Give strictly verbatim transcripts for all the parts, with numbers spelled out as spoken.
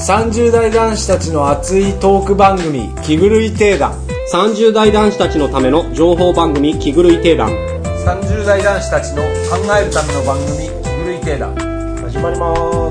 さんじゅう代男子たちの熱いトーク番組気狂い定談。 さんじゅう代男子たちのための情報番組気狂い定談。 さんじゅう代男子たちの考えるための番組気狂い定談。 始まります。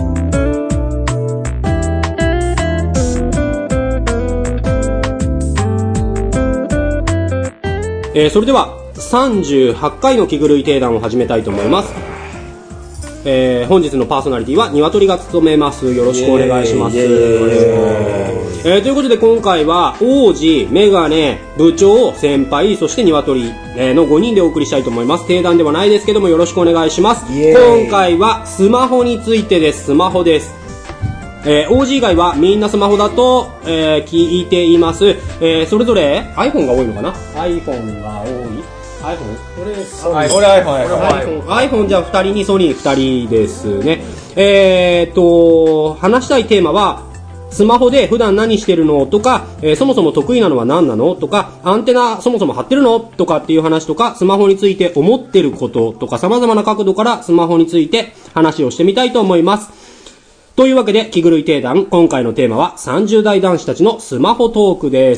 えー、それではさんじゅうはちかいの気狂い定談を始めたいと思います。えー、本日のパーソナリティは鶏が務めます。よろしくお願いします。えー、ということで今回は王子、メガネ、部長、先輩、そして鶏のごにんでお送りしたいと思います。定談ではないですけどもよろしくお願いします。今回はスマホについてです。スマホです。えー、王子以外はみんなスマホだと、えー、聞いています。えー、それぞれ iPhone が多いのかな？ iPhone が多いiPhone？ 俺、俺 iPhone。 iPhone じゃあふたりにソニーふたりですね。えーっと、話したいテーマは、スマホで普段何してるのとか、えー、そもそも得意なのは何なのとか、アンテナそもそも張ってるのとかっていう話とか、スマホについて思ってることとか、様々な角度からスマホについて話をしてみたいと思います。というわけで、気狂い定談、今回のテーマはさんじゅう代男子たちのスマホトークです。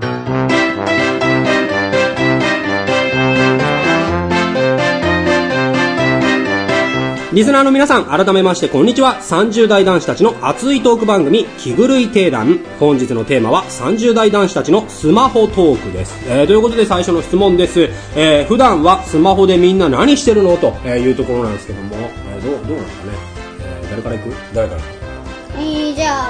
リスナーの皆さん、改めましてこんにちは。さんじゅう代男子たちの熱いトーク番組気狂い定談。本日のテーマはさんじゅう代男子たちのスマホトークです。えー、ということで最初の質問です。えー、普段はスマホでみんな何してるのというところなんですけども、えー、どうどうなんですかね。えー、誰から行く？誰から？ えー、じゃあ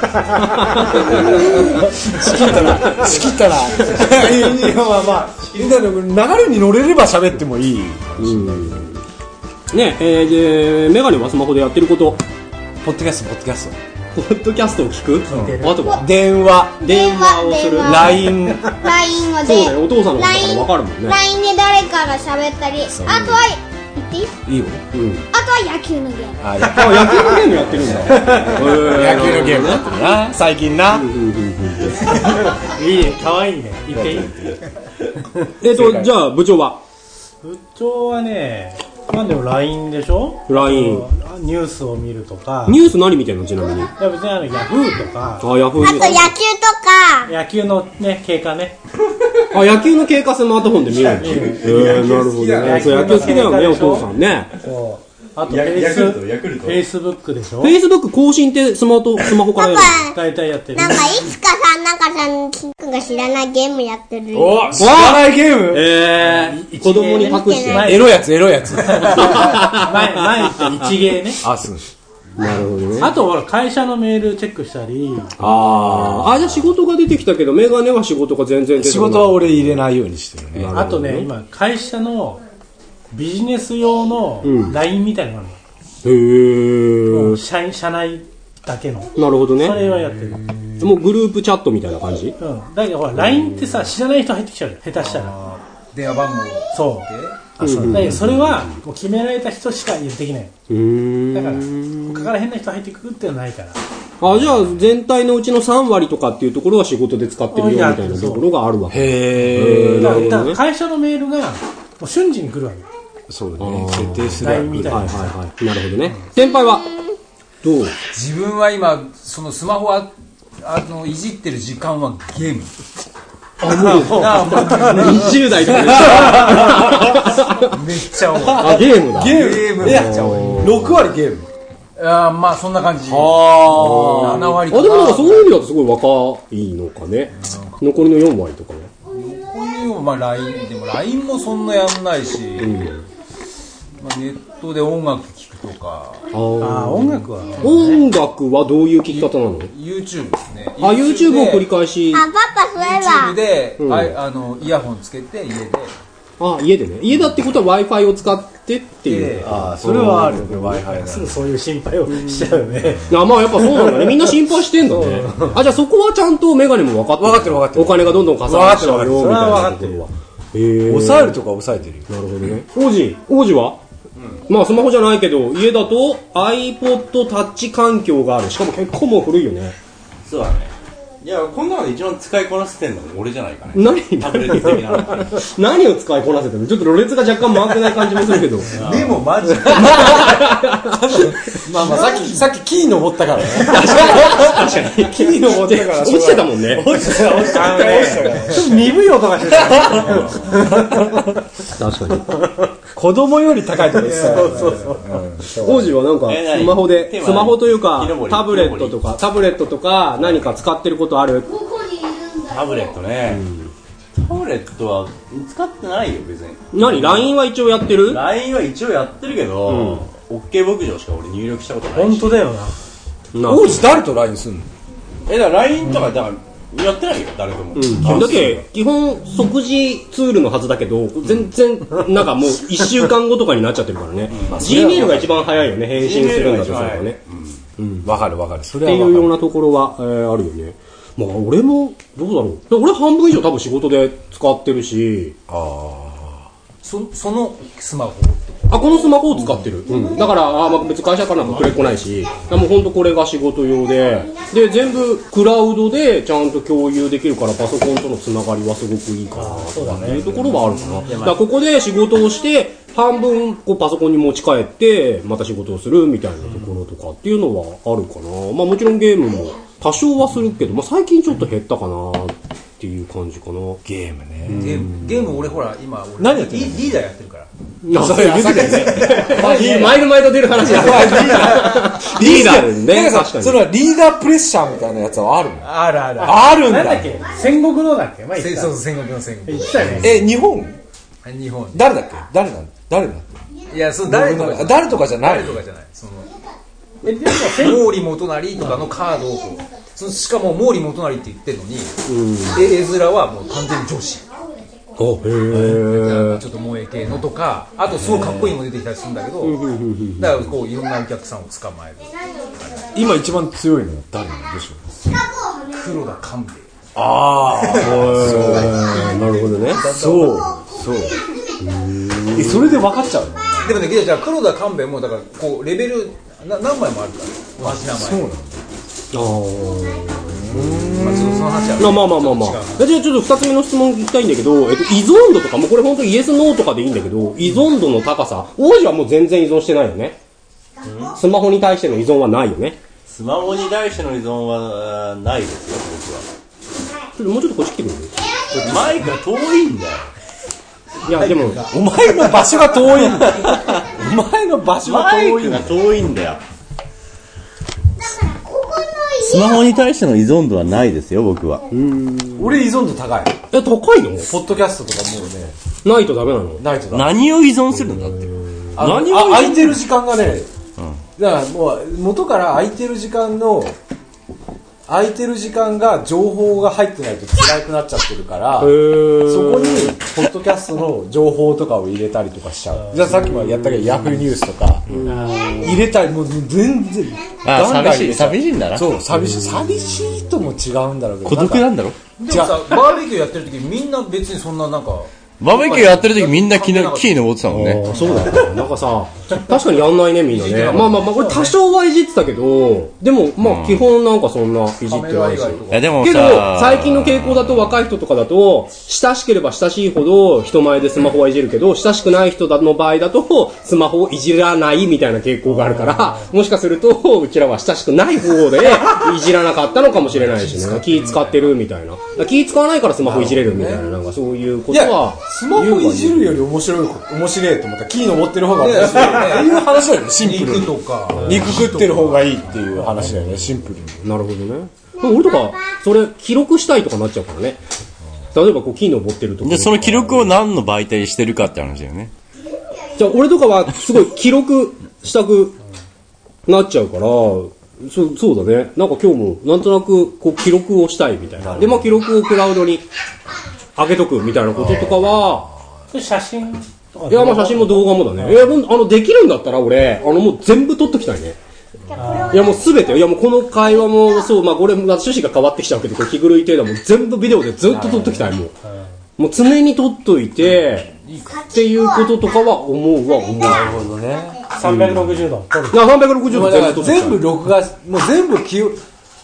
仕切ったな仕切ったないやまあまあ流れに乗れれば喋ってもいい。 うんねえー、でメガネはスマホでやってること、 ポッドキャストポッドキャストポッドキャストを聞く、うん、あとは電話電話をするラインライン をでそうだよ、お父さんのことから分かるもんね。 ライン で誰かが喋ったり、あとは言っていい？ いいよ、うん、 あとは野球のゲーム。 あ、野球のゲームやってるんだ野球のゲームやってるな最近な。 いいね、かわいいね。言っていい？ えっとじゃあ部長は？ 部長はね、まあでも ライン でしょ？ ライン ニュースを見るとか。 ニュース何見てんのちなみに？いや別にあのヤフーとか。 あ、ヤフー。 あと野球とか。 野球のね、経過ね。 あ、野球の経過スマートフォンで見るの？えー、なるほどね。そう、野球好きだよね、お父さんね。 そう。あとフェイス、フェイスブックでしょ？ フェイスブック更新ってスマート、スマホからやるの？大体やってる。 なんかいつかさ、なんかさ、君が知らないゲームやってる。 お、知らないゲーム？ えー、子供に隠して。 エロやつ、エロやつ。 前、前って一芸ね。 あ、そう。 なるほどね。 あとほら会社のメールチェックしたり。 あー、あ、じゃあ仕事が出てきたけどメガネは仕事が全然出てこない。 仕事は俺入れないようにしてるね。 あとね、今会社のビジネス用の ライン みたいなのがあるの。へー。社, 社内だけの。 なるほどね。 それはやってる。 もうグループチャットみたいな感じ？ うん。だけどほら ライン ってさ、知らない人入ってきちゃうよ。下手したら。 電話番号。 そう。あ、そう。だけどそれはもう決められた人しかできない。うーん。だから他から変な人入ってくるっていうのはないから。 あ、じゃあ全体のうちのさんわりとかっていうところは仕事で使ってるよみたいなところがあるわけ。 へー。だから、だから会社のメールがもう瞬時に来るわけ。 そうだね。設定する。 ライン みたいな。 はいはいはい。なるほどね。先輩はどう？ 自分は今そのスマホはあのいじってる時間はゲーム。 あ、もうにじゅう代とかめっちゃ多い。 あ、ゲームだ。 ゲームめっちゃ多い。 ろくわりゲーム。 あ、まあそんな感じ。 あななわりとか。 あ、でもなんかそういう意味だとすごい若いのかね。残りのよんわりとかね。 残りのまあ ライン でも ライン もそんなやんないし、うん、まあ、ネットで音楽聴くとか。 ああ、音楽は、ね、 音楽はどういう聴き方なの？ YouTube ですね。 あ、YouTube を繰り返し。 あ、パパそういえば YouTube で、 うん、 あ, あのイヤホンつけて家で。 あ、家でね。家だってことは Wi-Fi を使ってっていう。 ああ、それはあるよね、Wi-Fi すぐそういう心配をしちゃうよね。 あ、まあやっぱそうなんだね。みんな心配してんだね。あ、じゃあそこはちゃんとメガネも分かってる。 分かってる分かってる。 お金がどんどん稼がれちゃうよみたいな。それは分かってるわ。抑えるとか抑えてるよ。 なるほどね。王子、王子は、うん、まあスマホじゃないけど、家だと iPod タッチ環境がある。しかも結構もう古いよね。 そうだね。 いや、この中で一番使いこなせてんのも俺じゃないかね。 何タブレット的なの。 何を使いこなせてるの？ちょっとろれつが若干回ってない感じもするけど。 でもマジで。 まあまあ、さっき、さっき木に登ったからね。 確かに。 木に登ったから。 落ちてたもんね。 落ちてた、落ちてた。 ちょっと鈍い音がしてた。 確かに。 子供より高いところですよ。そうそうそう。 王子はなんか、スマホで、スマホというか、タブレットとか、タブレットとか、何か使ってることある？ タブレットね。タブレットは使ってないよ、別に。 何？ ライン は一応やってる？ ライン は一応やってるけど、OK 牧場しか俺入力したことないし。 本当だよな。 王子誰と ライン すんの？ え、だから ライン とか、だから、やってないよ、誰とも。 うん、だって基本即時ツールのはずだけど全然なんかもういっしゅうかんごとかになっちゃってるからね、うん、G メールが一番早いよね、返信するんだとしたらね、 わかるわかる、それはっていうようなところは、えー、あるよね。まあ俺もどうだろう、俺半分以上多分仕事で使ってるし、 ああ、そそのスマホあ、このスマホを使ってる、うん、だからあ、まあ、別に会社からなんかくれっこないし、もうほんとこれが仕事用で、で全部クラウドでちゃんと共有できるから、パソコンとのつながりはすごくいいかなというところはあるかな。だからここで仕事をして半分こうパソコンに持ち帰ってまた仕事をするみたいなところとかっていうのはあるかな。まあもちろんゲームも多少はするけど、まあ、最近ちょっと減ったかなっていう感じかな。 ゲームね、 ゲーム、ゲーム俺ほら今俺何やってるの？ リーダーやってるから。 あ、そういう言ってたよね。毎度毎度出る話だよ。リーダーね。確かに。 それはリーダープレッシャーみたいなやつはあるの？ あるあるあるんだ。 なんだっけ？戦国のだっけ？まあ、 そうそう、戦国の戦国。 言ってたよね。 え、日本？ 日本。 誰だっけ？誰なん？誰なん？ いや、そう誰とか誰とかじゃない。 誰とかじゃない。そのえ、でも毛利元就とかのカードをこう、そのしかも毛利元就って言ってるのに、絵面はもう完全に女子。 お、へー。 ちょっと萌え系のとか、あとすごいかっこいいのも出てきたりするんだけど、だからこういろんなお客さんを捕まえる。 今一番強いのは誰なんでしょう？ 黒田官兵衛。 ああ、 そうなるほどね。 そうそう。え、それで分かっちゃうの？ でもね、じゃあ黒田官兵衛もだからこうレベルな何枚もあるから、同じ名前。そうなんだ。 ああ。 まあ、その話はまあまあまあまあまあ。じゃあちょっと二つ目の質問聞きたいんだけど、えっと、依存度とかもこれ本当イエスノーとかでいいんだけど、依存度の高さ、王子はもう全然依存してないよね。スマホに対しての依存はないよね。 スマホに対しての依存はないですよ、僕は。 ちょっともうちょっとこっち来てくれる？ マイクが遠いんだよ。 いやでもお前の場所が遠いんだ。お前の場所が遠いんだ。 マイクが遠いんだよ。スマホに対しての依存度はないですよ、僕は。 俺依存度高い。 え、高いの？ ポッドキャストとかもうね、 ないとダメなの？ ないとダメ。 何を依存するんだって。 何を空いてる時間がね、だからもう元から空いてる時間の空いてる時間が情報が入ってないと辛くなっちゃってるから、そこにポッドキャストの情報とかを入れたりとかしちゃう。じゃあさっきもやったけどヤフーニュースとか入れたり、もう全然あ、寂しい寂しいんだな。 そう、寂しい寂しいとも違うんだろうけど、 孤独なんだろ。 でもさ、バーベキューやってる時みんな別にそんななんかバーベキューやってる時みんな木の木登ってたもんね。 そうだね。なんかさ、確かにやんないねみんなね。まあまあまあ、これ多少はいじってたけど、でもまあ基本なんかそんないじってないし。 いやでもけど、最近の傾向だと若い人とかだと、親しければ親しいほど人前でスマホはいじるけど、親しくない人の場合だと、スマホをいじらないみたいな傾向があるから、もしかすると、うちらは親しくない方でいじらなかったのかもしれないしね。気使ってるみたいな。気使わないからスマホいじれるみたいな、なんかそういうことは。 スマホいじるより面白い、面白いと思ったらキーの持ってる方が面白いっていう話だよね、シンプルに。 肉とか肉食ってる方がいいっていう話だよね、シンプルに。 なるほどね。俺とかそれ記録したいとかなっちゃうからね。例えばこうキーの持ってるとこでその記録を何の媒体にしてるかって話だよね。 じゃあ俺とかはすごい記録したくなっちゃうから、そ, そうだね。なんか今日もなんとなくこう記録をしたいみたいな。でまあ記録をクラウドに上げとくみたいなこととかは、 写真とか。 いやまあ写真も動画もだね。いやもうあのできるんだったら俺あのもう全部撮っときたいね。いやもうすべて、いやもうこの会話もそう、まあこれ趣旨が変わってきちゃうけど、これ気狂い程度も全部ビデオでずっと撮っときたい。もうもう常に撮っといてっていうこととかは思うは思う。 なるほどね。 さんびゃくろくじゅうど撮る。 いやさんびゃくろくじゅうど全部全部録画、もう全部記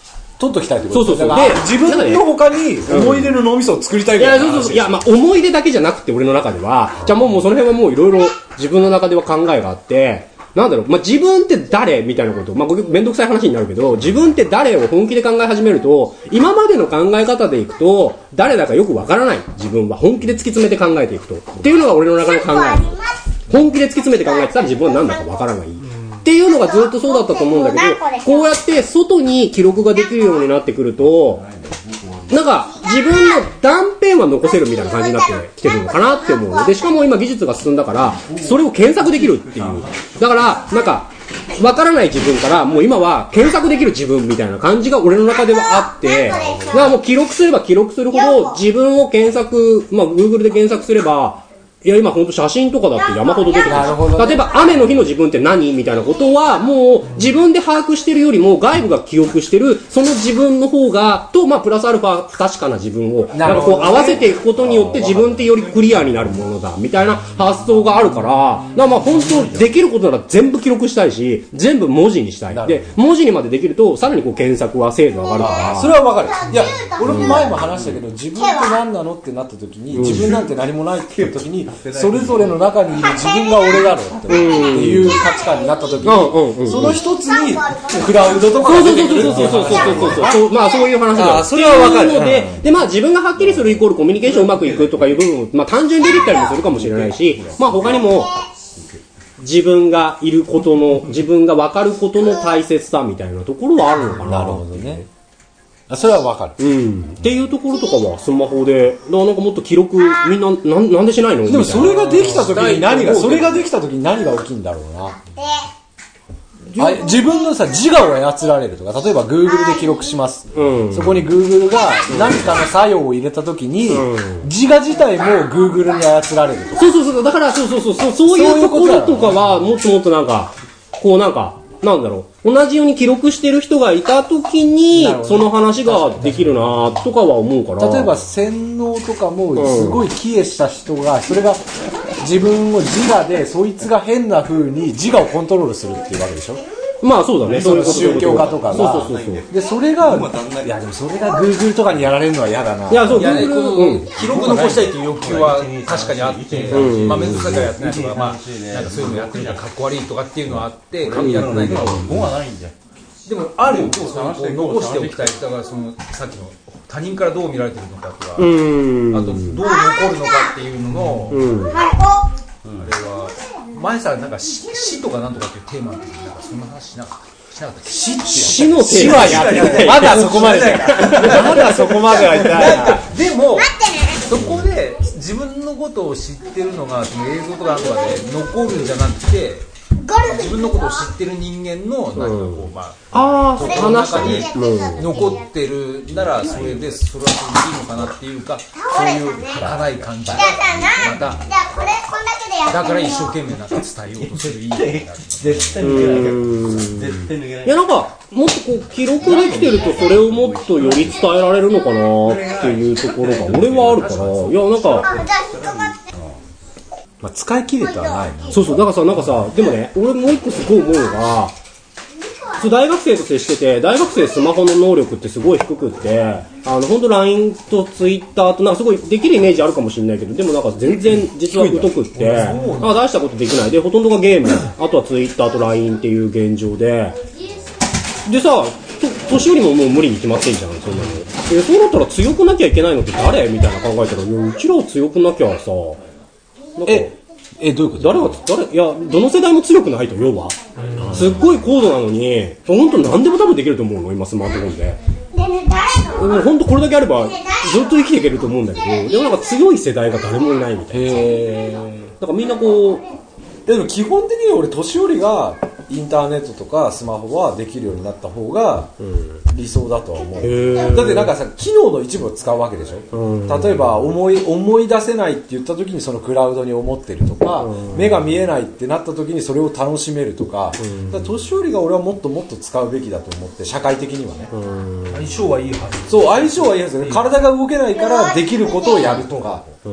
取っときたいってことそうそうそう。 だから自分の他に思い出の脳みそを作りたいぐらいの話。 いや、そうそうそう。いや、まあ、思い出だけじゃなくて、俺の中では、じゃあもう、もうその辺はもういろいろ自分の中では考えがあって、なんだろう、まあ、自分って誰みたいなこと、まあ、めんどくさい話になるけど、自分って誰を本気で考え始めると、今までの考え方でいくと、誰だかよくわからない。自分は本気で突き詰めて考えていくと。っていうのが俺の中の考え。本気で突き詰めて考えてたら自分は何だかわからない。っていうのがずっとそうだったと思うんだけど、こうやって外に記録ができるようになってくると、なんか自分の断片は残せるみたいな感じになってきてるのかなって思う。で、しかも今技術が進んだから、それを検索できるっていう。だから、なんか、わからない自分から、もう今は検索できる自分みたいな感じが俺の中ではあって、だからもう記録すれば記録するほど自分を検索、まあ Google で検索すれば、いや今ほんと写真とかだって山ほど出てくる。例えば雨の日の自分って何みたいなことはもう自分で把握してるよりも外部が記憶してるその自分の方がとまあプラスアルファ不確かな自分をなんかこう合わせていくことによって自分ってよりクリアになるものだみたいな発想があるから、だからまあ本当できることなら全部記録したいし全部文字にしたい。で文字にまでできるとさらにこう検索は精度上がるから。 それはわかる。いや俺も前も話したけど自分って何なのってなった時に自分なんて何もないって言った時にそれぞれの中にいる自分が俺だろうっていう価値観になった時にその一つにクラウドとかが出てくるっていうそうそうそうそうそうまあそういう話だ。 それはわかるのででまあ自分がはっきりするイコールコミュニケーションうまくいくとかいう部分まあ単純に出てきたりもするかもしれないしまあ他にも自分がいることの自分が分かることの大切さみたいなところはあるのかな。 なるほどね。それはわかる、 うん、っていうところとかはスマホでだからなんかもっと記録みんなな ん, なんでしないの。 でもそれができた時に何がそれができた時に何が起きるんだろうな。あ自分のさ自我を操られるとか例えば Google で記録します、うん、そこに Google が何かの作用を入れた時に、うん、自我自体も Google に操られるとかそうそうそうだからそうそうそうそうそういうところとかはもっともっとなんかこうなんかなんだろう同じように記録してる人がいた時にその話ができるなとかは思うから例えば洗脳とかもすごい帰依した人がそれが自分を自我でそいつが変な風に自我をコントロールするっていうわけでしょ。 まあそうだね。 その宗教家とかがそうそうそうそうでそれがいやでもそれが Google とかにやられるのは嫌だな。 いやそういやねこの、うん、記録残したいという欲求は確かにあって、うん、まあ面倒くさいからやってないとかまあなんかそういうのやってみたらかっこ悪いとかっていうのはあって紙やらないけど本はないんじゃん。でもあるよ残しておきたいだからそのさっきの他人からどう見られてるのかとかあとどう残るのかっていうのの、うん、あれは前さなんか 死, 死とかなんとかっていうテーマの時になんかそんな話しなかったしなかったっけ。 死って死のテーマはやってないまだそこまでまだそこまでは言ってないでもそこで自分のことを知ってるのがその映像とかなんとかで残るんじゃなくて自分のことを知ってる人間の何かこう、まあ、心の中に残ってるならそれでそれはそれでいいのかなっていうかそういう儚い感じがまただから一生懸命なんか伝えようとするいい絶対抜けない絶対抜けない。 いやなんかもっとこう記録できてるとそれをもっとより伝えられるのかなっていうところが俺はあるからいやなんかまあ、使い切れてはないな。 そうそうだからさなんかさでもね俺もう一個すごい思うのがそう大学生と接してて大学生スマホの能力ってすごい低くってあの本当 ライン と Twitter となんかすごいできるイメージあるかもしれないけどでもなんか全然実は疎くってなんか大したことできないでほとんどがゲームあとは Twitter と ライン っていう現状ででさ年寄りももう無理に決まってんじゃんそんなのでそうなったら強くなきゃいけないのって誰みたいな考えたらいやうちらは強くなきゃさえ、え、どういうこと誰が、誰、いや、どの世代も強くないと、要は。すっごい高度なのに、本当何でも多分できると思うの、今スマートフォンで。本当これだけあれば、ずっと生きていけると思うんだけど、でもなんか強い世代が誰もいないみたいな。へー。だからみんなこう、 でも基本的に俺年寄りがインターネットとかスマホはできるようになった方が理想だとは思う、うん、だってなんかさ機能の一部を使うわけでしょ、うん、例えば思い、思い出せないって言った時にそのクラウドに思ってるとか、うん、目が見えないってなった時にそれを楽しめるとか、うん、だから年寄りが俺はもっともっと使うべきだと思って社会的にはね、 うん、相性はいいはずそう相性はいいはずね体が動けないからできることをやるとか、うん、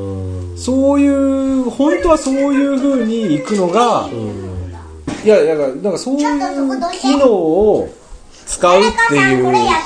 そういう本当はそういう風にいくのが、うんいやだからなんかそういう機能を使うっていう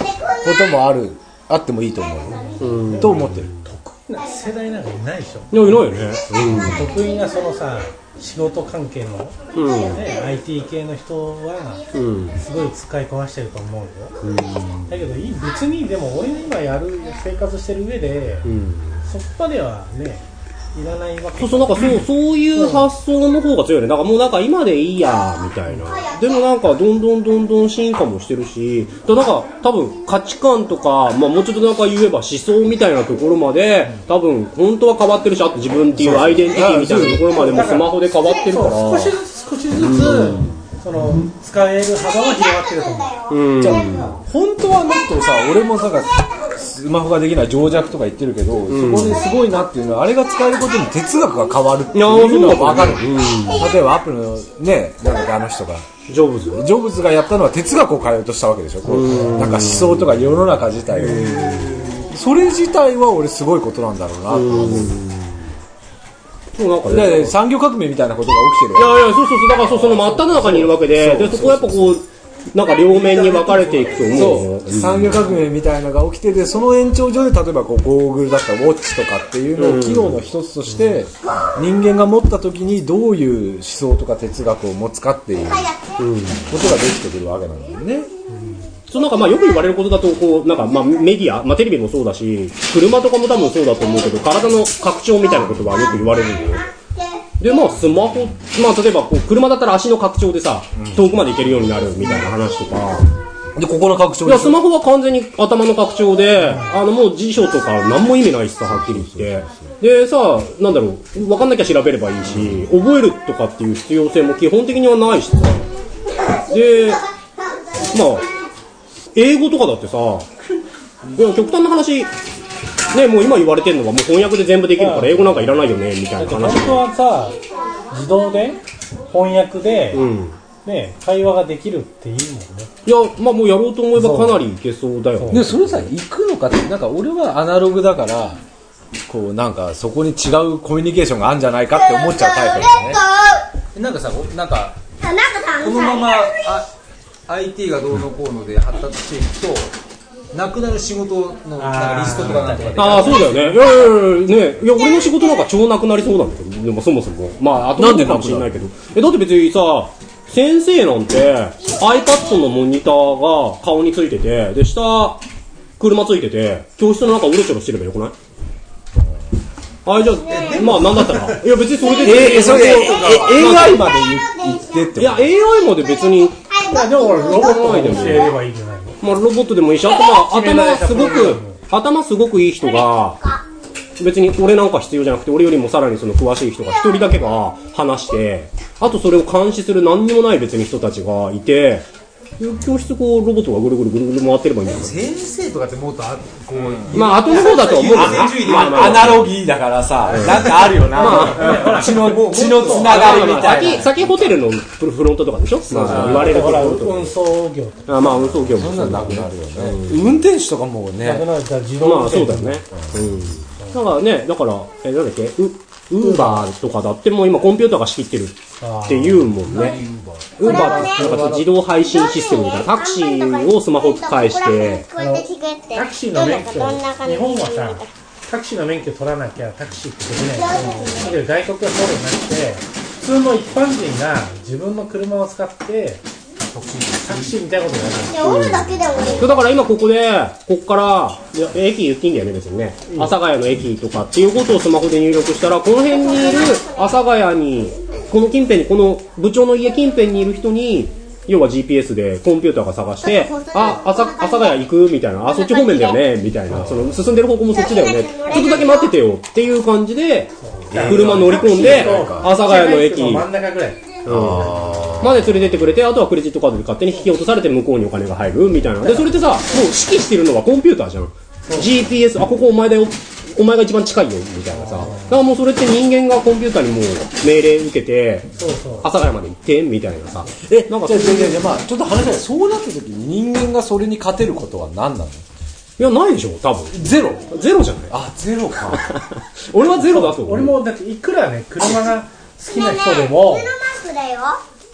こともあるあってもいいと思う、うん、と思ってる。 得意な世代なんかいないでしょ。 いやいないよね、 うん、得意なそのさ仕事関係の、うんね、アイティー 系の人はすごい使いこなしてると思うよ、うん、だけど別にでも俺が今やる生活してる上で、うん、そこまではねいらないわけ。 そうそう、なんかそう、そういう発想の方が強いね。だからもうなんか今でいいやみたいな。でもなんかどんどんどんどん進化もしてるし、だなんか多分価値観とか、まあもうちょっとなんか言えば思想みたいなところまで多分本当は変わってるし、あと自分っていうアイデンティティみたいなところまでもスマホで変わってるから。 少しずつ少しずつ、うん、その使える幅は広がってると思う。 うん、じゃあ本当はもっとさ、俺もさスマホができない情弱とか言ってるけど、うん、そこですごいなっていうのはあれが使えることに哲学が変わるっていうのが分かる、うん、例えばアップルのね、なんだっけあの人がジョブズジョブズがやったのは哲学を変えようとしたわけでしょ。こうなんか思想とか世の中自体を、それ自体は俺すごいことなんだろうなと思う。 そうなんかね、 で産業革命みたいなことが起きてる。 いやいや、そうそうそう、だからその真っ只中にいるわけで、でそこはやっぱこうなんか両面に分かれていくと思う。 そう、産業革命みたいなのが起きてて、その延長上で例えばこうゴーグルだったらウォッチとかっていうのを機能の一つとして人間が持った時にどういう思想とか哲学を持つかっていうことができてくるわけなんだよね。 そうなんかまあよく言われることだとこうなんかまあメディア、まあ、テレビもそうだし車とかも多分そうだと思うけど、体の拡張みたいなことがよく言われるんだよ。でまあスマホ、まあ例えばこう車だったら足の拡張でさ、うん、遠くまで行けるようになるみたいな話とか。 でここの拡張で。 いやスマホは完全に頭の拡張で、うん、あのもう辞書とか何も意味ないしさ、はっきり言って。でさ、なんだろう、分かんなきゃ調べればいいし、覚えるとかっていう必要性も基本的にはないしさ。でまあ英語とかだってさ、いや極端な話。ね、もう今言われてるのはもう翻訳で全部できるから英語なんかいらないよねみたいな話。 本当はさ、自動で翻訳で、うんね、会話ができるっていいもんね。 いや、まあもうやろうと思えばかなりいけそうだよね。 でそれさ行くのかって、なんか俺はアナログだからこうなんかそこに違うコミュニケーションがあるんじゃないかって思っちゃうタイプですね。 なんかさ、なんかこのままあ アイティー がどうのこうので発達していくとなくなる仕事のなんかリストとかなんとかで。 ああ、そうだよね。いやいやいや、ね、いや俺の仕事なんか超なくなりそうなんだけど、でもそもそもまあ後なんでかもしれないけど、えだって別にさ、先生なんて iPad のモニターが顔についてて、で下車ついてて、教室の中うろちょろしてればよくない？あじゃあまあなんだったら、いや別にそれで、 えー、それで エーアイ まで言ってって。 いや エーアイ まで別に。 いやでもロボットで教えればいいんじゃないの？ まあロボットでもいいし、あとまあ頭すごく頭すごくいい人が別に俺なんか必要じゃなくて、俺よりもさらにその詳しい人が一人だけが話して、あとそれを監視する何にもない別に人たちがいて、教室こうロボットがぐるぐるぐるぐる回ってればいいんだよ。 先生とかってもっとあこう、 まあ後の方だと思うよね。 まあまあアナロギーだからさ、なんかあるよな。まあ血の血のつながりみたいな。 先先ホテルのフロントとかでしょ。まあ言われるところとか。 運送業。 あまあ運送業もそんななくなるよね。運転手とかもね。 なくなったら自動まあそうだよね。うん。だからね、だからえなんだっけ。ウーバーとかだってもう今コンピューターが仕切ってるっていうもんね。ウーバーってなんか自動配信システムみたいな、タクシーをスマホ返して。 タクシーの免許、日本はさ、タクシーの免許取らなきゃタクシーってできないけど、だけど外国はそうじゃなくて、普通の一般人が自分の車を使ってタクシーみたいなことやる。 折るだけでもいい。 だから今ここでここからいや駅言っていいんだよね別にね、うん、阿佐ヶ谷の駅とかっていうことをスマホで入力したら、この辺にいる阿佐ヶ谷にこの近辺にこの部長の家近辺にいる人に要は ジーピーエス でコンピューターが探して、あ阿佐ヶ谷行くみたいな、あそっち方面だよねみたいな、その進んでる方向もそっちだよね、ちょっとだけ待っててよっていう感じで車乗り込んで阿佐ヶ谷の駅真ん中ぐらいまで連れてってくれて、あとはクレジットカードで勝手に引き落とされて向こうにお金が入るみたいな。でそれってさ、もう指揮してるのはコンピューターじゃん。 ジーピーエス あここお前だよ、お前が一番近いよみたいなさ。だからもうそれって人間がコンピューターにもう命令受けて阿佐ヶ谷まで行ってみたいなさ。 えなんかじゃあじゃあじゃあまあちょっと話がそうなった時に人間がそれに勝てることは何なの？ いやないでしょ多分。 ゼロゼロじゃない。 あゼロか俺はゼロだと思う。 俺もだっていくらね車が好きな人でも、 普通のマークだよ。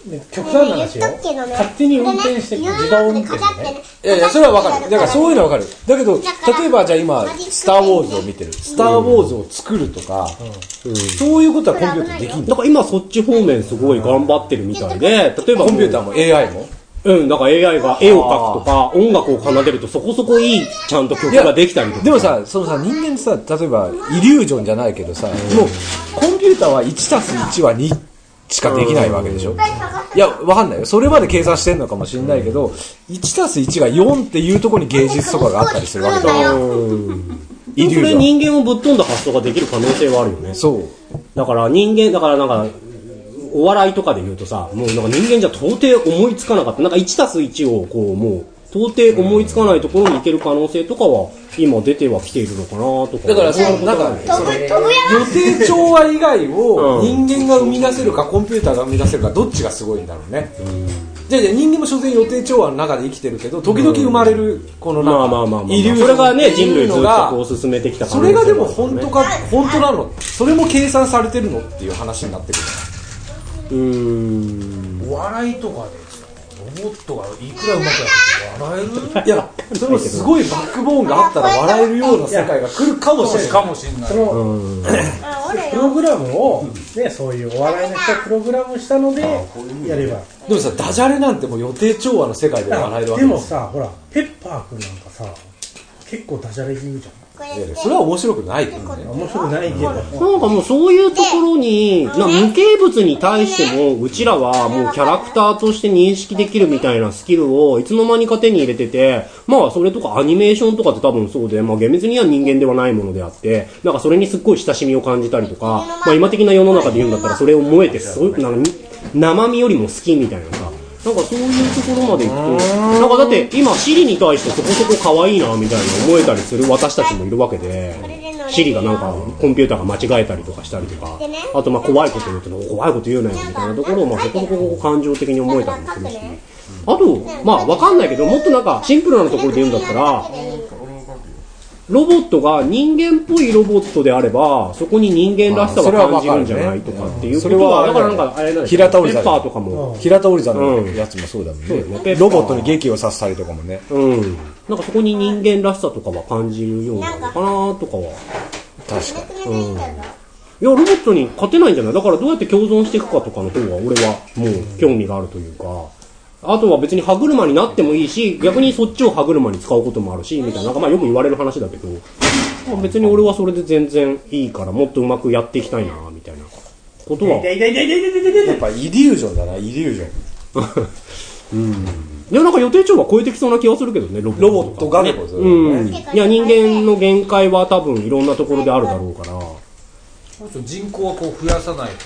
極端な話よ、勝手に運転して自動運転でね。 いやいや、それはわかる。だからそういうのはわかる。だけど、例えばじゃあ今、スター・ウォーズを見てる。スター・ウォーズを作るとか、うんうん、そういうことはコンピューターできんの。 だから今そっち方面すごい頑張ってるみたいで、例えばコンピューターも エーアイ もうん、だから エーアイ が絵を描くとか、音楽を奏でるとそこそこいい、ちゃんと曲ができたりとか。 でもさ、そのさ、人間ってさ、例えば、イリュージョンじゃないけどさ、もう、コンピューターはいちたすいちはにしかできないわけでしょ。いや、わかんないよ。それまで計算してんのかもしれないけど、いちたすいちがよんっていうところに芸術とかがあったりするわけだよ。 イリュージョン。それ人間をぶっ飛んだ発想ができる可能性はあるよね。 そう。 だから人間、だからなんか、お笑いとかで言うとさ、もうなんか人間じゃ到底思いつかなかった。なんかいちたすいちをこう、もう、到底思いつかないところに行ける可能性とかは、今出てはきているのかなとか。 だからその、なんか、その、予定調和以外を人間が生み出せるか、コンピューターが生み出せるか、どっちがすごいんだろうね。じゃあ人間も所詮予定調和の中で生きてるけど、時々生まれる、このなんか、イリュージョン。 それがね、人類ずっとこう進めてきた可能性。それがでも本当か、本当なの、それも計算されてるのっていう話になってくる。 うーん、 お笑いとかでさ、ロボットがいくらうまくやって笑える？ いや、そのすごいバックボーンがあったら笑えるような世界が来るかもしれない。 かもしれない。 そのプログラムを、ね、そういうお笑いの人がプログラムしたのでやれば。 でもさ、ダジャレなんてもう予定調和の世界で笑えるわけでもさ、ほら、ペッパーくんなんかさ、結構ダジャレ言うじゃん。 それは面白くないけどね。 面白くないけど。なんかもうそういうところに、な無形物に対しても、うちらはもうキャラクターとして認識できるみたいなスキルをいつの間にか手に入れてて、まあそれとかアニメーションとかって多分そうで、まあ厳密には人間ではないものであって、なんかそれにすっごい親しみを感じたりとか、まあ今的な世の中で言うんだったらそれを燃えて、そういう、なんか生身よりも好きみたいなさ。なんかそういうところまで行くと、なんかだって今シリに対してそこそこ可愛いなみたいな思えたりする私たちもいるわけで、シリがなんかコンピューターが間違えたりとかしたりとか、あとまあ怖いこと言うと怖いこと言うなよみたいなところをまあそこそこ感情的に思えたりもするし、あとまあわかんないけどもっとなんかシンプルなところで言うんだったら、ロボットが人間っぽいロボットであればそこに人間らしさは感じるんじゃないとかっていうことは、だからなんかあれなんですよ、ペッパーとかも平田織さんのやつもそうだもんね。ロボットに劇をさせたりとかもね。 うん。なんかそこに人間らしさとかは感じるようになるのかなとかは。 確かに。 うん。いやロボットに勝てないんじゃない？だからどうやって共存していくかとかの方が俺はもう興味があるというか。あとは別に歯車になってもいいし、逆にそっちを歯車に使うこともあるし、みたいな、なんかまあよく言われる話だけど、まあ、別に俺はそれで全然いいから、もっとうまくやっていきたいな、みたいなことは。 やっぱイリュージョンだな、イリュージョン。 うん。いや、なんか予定調は超えてきそうな気がするけどね、ロボット。 ロボットがね。 うん。いや、人間の限界は多分いろんなところであるだろうから。 人口はこう増やさないと。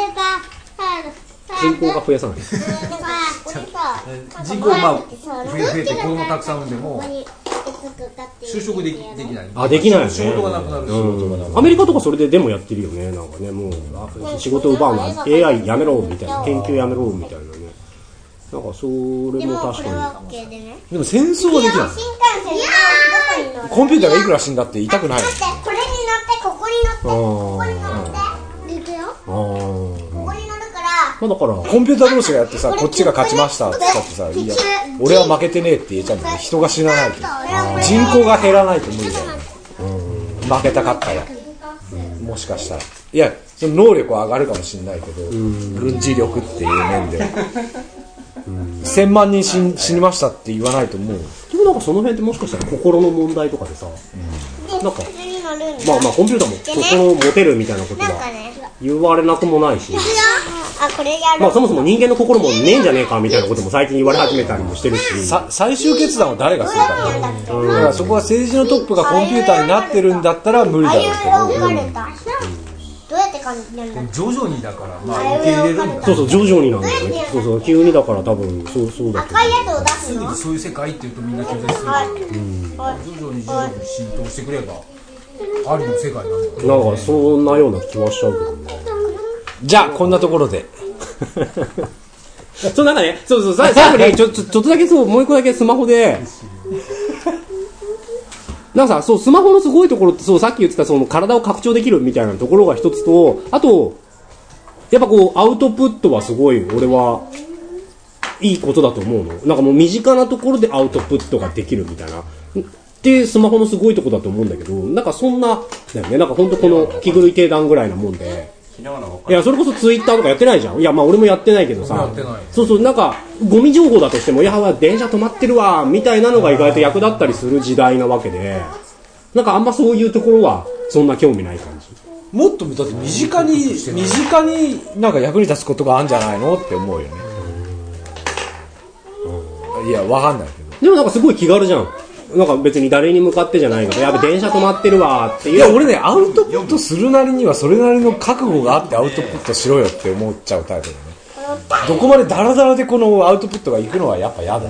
人口が増やさない。 人口まあ増えて子供たくさん産んでも就職できできない。 あ、できないよね。 仕事がなくなる。 うん。アメリカとかそれででもやってるよね。なんかね、もう仕事奪うな、エーアイ やめろみたいな、研究やめろみたいなね。なんかそれも確かに。 でも戦争はできない。コンピューターがいくら死んだって痛くない。 これに乗ってここに乗ってここに乗って行くよ。ここに乗るから。 だからコンピューター同士がやってさ、こっちが勝ちましたって言ったってさ、いや俺は負けてねえって言えちゃうんだけど、人が死なないと人口が減らないと無理だよね。負けたかったら、もしかしたらいやその能力は上がるかもしれないけど、軍事力っていう面でせんまんにん 死, 死にましたって言わないともう。 でもなんかその辺ってもしかしたら心の問題とかでさ、うん、なんかまあまあコンピューターも心を持てるみたいなことが言われなくもないし、まあそもそも人間の心もねえんじゃねえかみたいなことも最近言われ始めたりもしてるし、 さ最終決断を誰がするかね、うん、だからそこは政治のトップがコンピューターになってるんだったら無理だろうけど、うん、 どうやって感じなんだっけ？ 徐々にだからまあ受け入れるんだ。 そうそう徐々になんだよね。そうそう急にだから多分そうそうだけど。 赤いやつを出すの？ そういう世界って言うとみんな拒絶する。はい、うん、徐々に徐々に浸透してくればありの世界なんだよね。 なんかそんなような気はしちゃうけどね。 じゃあこんなところで。 そうなんかね、そうそう最後にちょちょちょっとだけそうもう一個だけスマホで。なんかさ、そう、スマホのすごいところって、そう、さっき言ってた、その、体を拡張できるみたいなところが一つと、あと、 やっぱこうアウトプットはすごい俺はいいことだと思うの。なんかもう身近なところでアウトプットができるみたいなでスマホのすごいとこだと思うんだけど、なんかそんなだよね。なんか本当この気狂い定団ぐらいなもんで、いやそれこそツイッターとかやってないじゃん。いやまあ俺もやってないけどさ、そうそう、なんかゴミ情報だとしても、いや電車止まってるわみたいなのが意外と役立ったりする時代なわけで、なんかあんまそういうところはそんな興味ない感じ。 もっとだって身近に身近になんか役に立つことがあるんじゃないのって思うよね。いやわかんないけど、 でもなんかすごい気軽じゃん。なんか別に誰に向かってじゃないけど、やっぱ電車止まってるわっていう。 いや俺ね、アウトプットするなりにはそれなりの覚悟があってアウトプットしろよって思っちゃうタイプだね。どこまでダラダラでこのアウトプットがいくのはやっぱ嫌だ。だ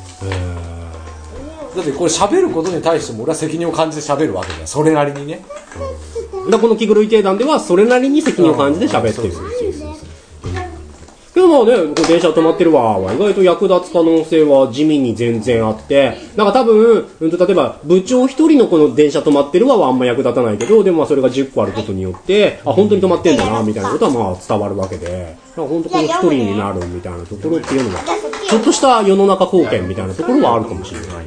ってこれ喋ることに対しても俺は責任を感じて喋るわけだよ、それなりにね。 だこの気狂い定団ではそれなりに責任を感じて喋ってる。けどまあね、電車止まってるわは意外と役立つ可能性は地味に全然あって、なんか多分、うん、と例えば部長一人のこの電車止まってるわはあんま役立たないけど、でもまあそれがじゅっこあることによって、あ本当に止まってんだなみたいなことはまあ伝わるわけで、なんか本当この一人になるみたいなところっていうのはちょっとした世の中貢献みたいなところはあるかもしれないね。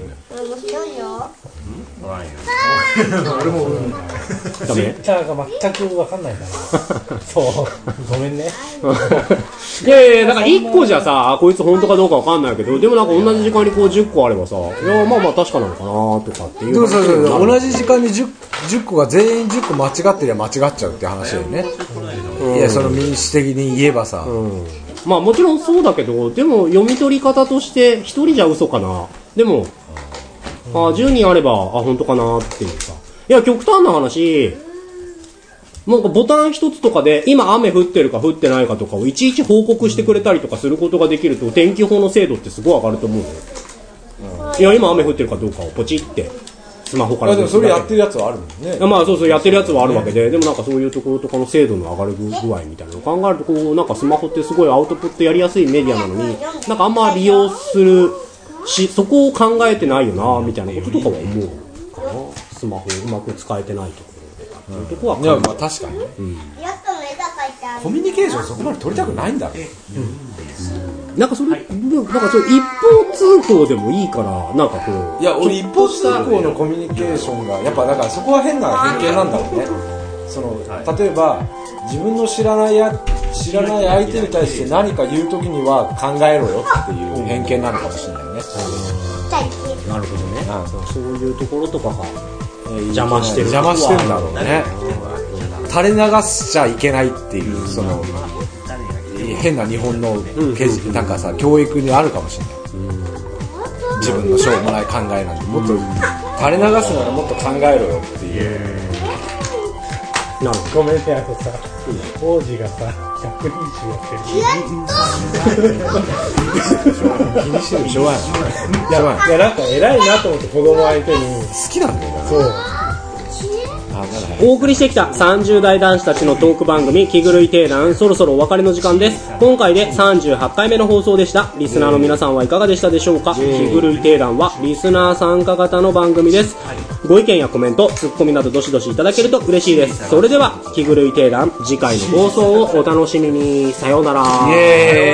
俺もダメ。ツイッターが全く分かんないからそうごめんねいやいや、だからいっこじゃさこいつ本当かどうか分かんないけど、でもなんか同じ時間にこうじゅっこあればさ、いやまあまあ確かなのかなとかっていう。 そうそうそう、同じ時間に 10, 10個が全員じゅっこ間違ってりゃ間違っちゃうって話だよね、うん、いやその民主的に言えばさ、うん、 まあもちろんそうだけど、でも読み取り方としてひとりじゃ嘘かな、でもあじゅうにんあればあ本当かなっていうさ。いや極端な話、なんかボタン一つとかで今雨降ってるか降ってないかとかをいちいち報告してくれたりとかすることができると天気予報の精度ってすごい上がると思うのよ、うん、いや今雨降ってるかどうかをポチってスマホから。 でもそれやってるやつはあるもんね。 まあそうそうやってるやつはあるわけで、でもなんかそういうところとかの精度の上がる具合みたいなのを考えると、こうなんかスマホってすごいアウトプットやりやすいメディアなのに、なんかあんま利用するしそこを考えてないよなみたいなこととかは思うかな。スマホをうまく使えてないところで、うん、いうとこは考える。いやまあ確かにね、うん、コミュニケーションそこまで取りたくないんだろう、 うん、なんかそれなんかそれ一方通行でもいいからなんかこう、 いや俺一方通行のコミュニケーションがやっぱだからそこは変な偏見なんだろうね。その例えば自分の知らないや知らない相手に対して何か言うときには考えろよっていう偏見なのかもしれないね、うん、 なるほどね、うん、そういうところとかが邪魔してる邪魔してるんだろうね、うん、垂れ流しちゃいけないっていう、うん、その変な日本の、うん、なんかさ教育にあるかもしれない、うん、自分のしょうもない考えなんてもっと垂れ流すならもっと考えろよっていう、 うん、ごめんね、あとさ、うん、王子がさ百人種やってる気にしてるしょうがない。 いや、いやなんか偉いなと思って子供相手に好きなんだよな。 そう。 お送りしてきたさんじゅう代男子たちのトーク番組気狂い定団、そろそろお別れの時間です。今回でさんじゅうはちかいめの放送でした。リスナーの皆さんはいかがでしたでしょうか。気狂い定団はリスナー参加型の番組です。ご意見やコメント、ツッコミなどどしどしいただけると嬉しいです。それでは気狂い定団、次回の放送をお楽しみに。さようなら。イエーイ。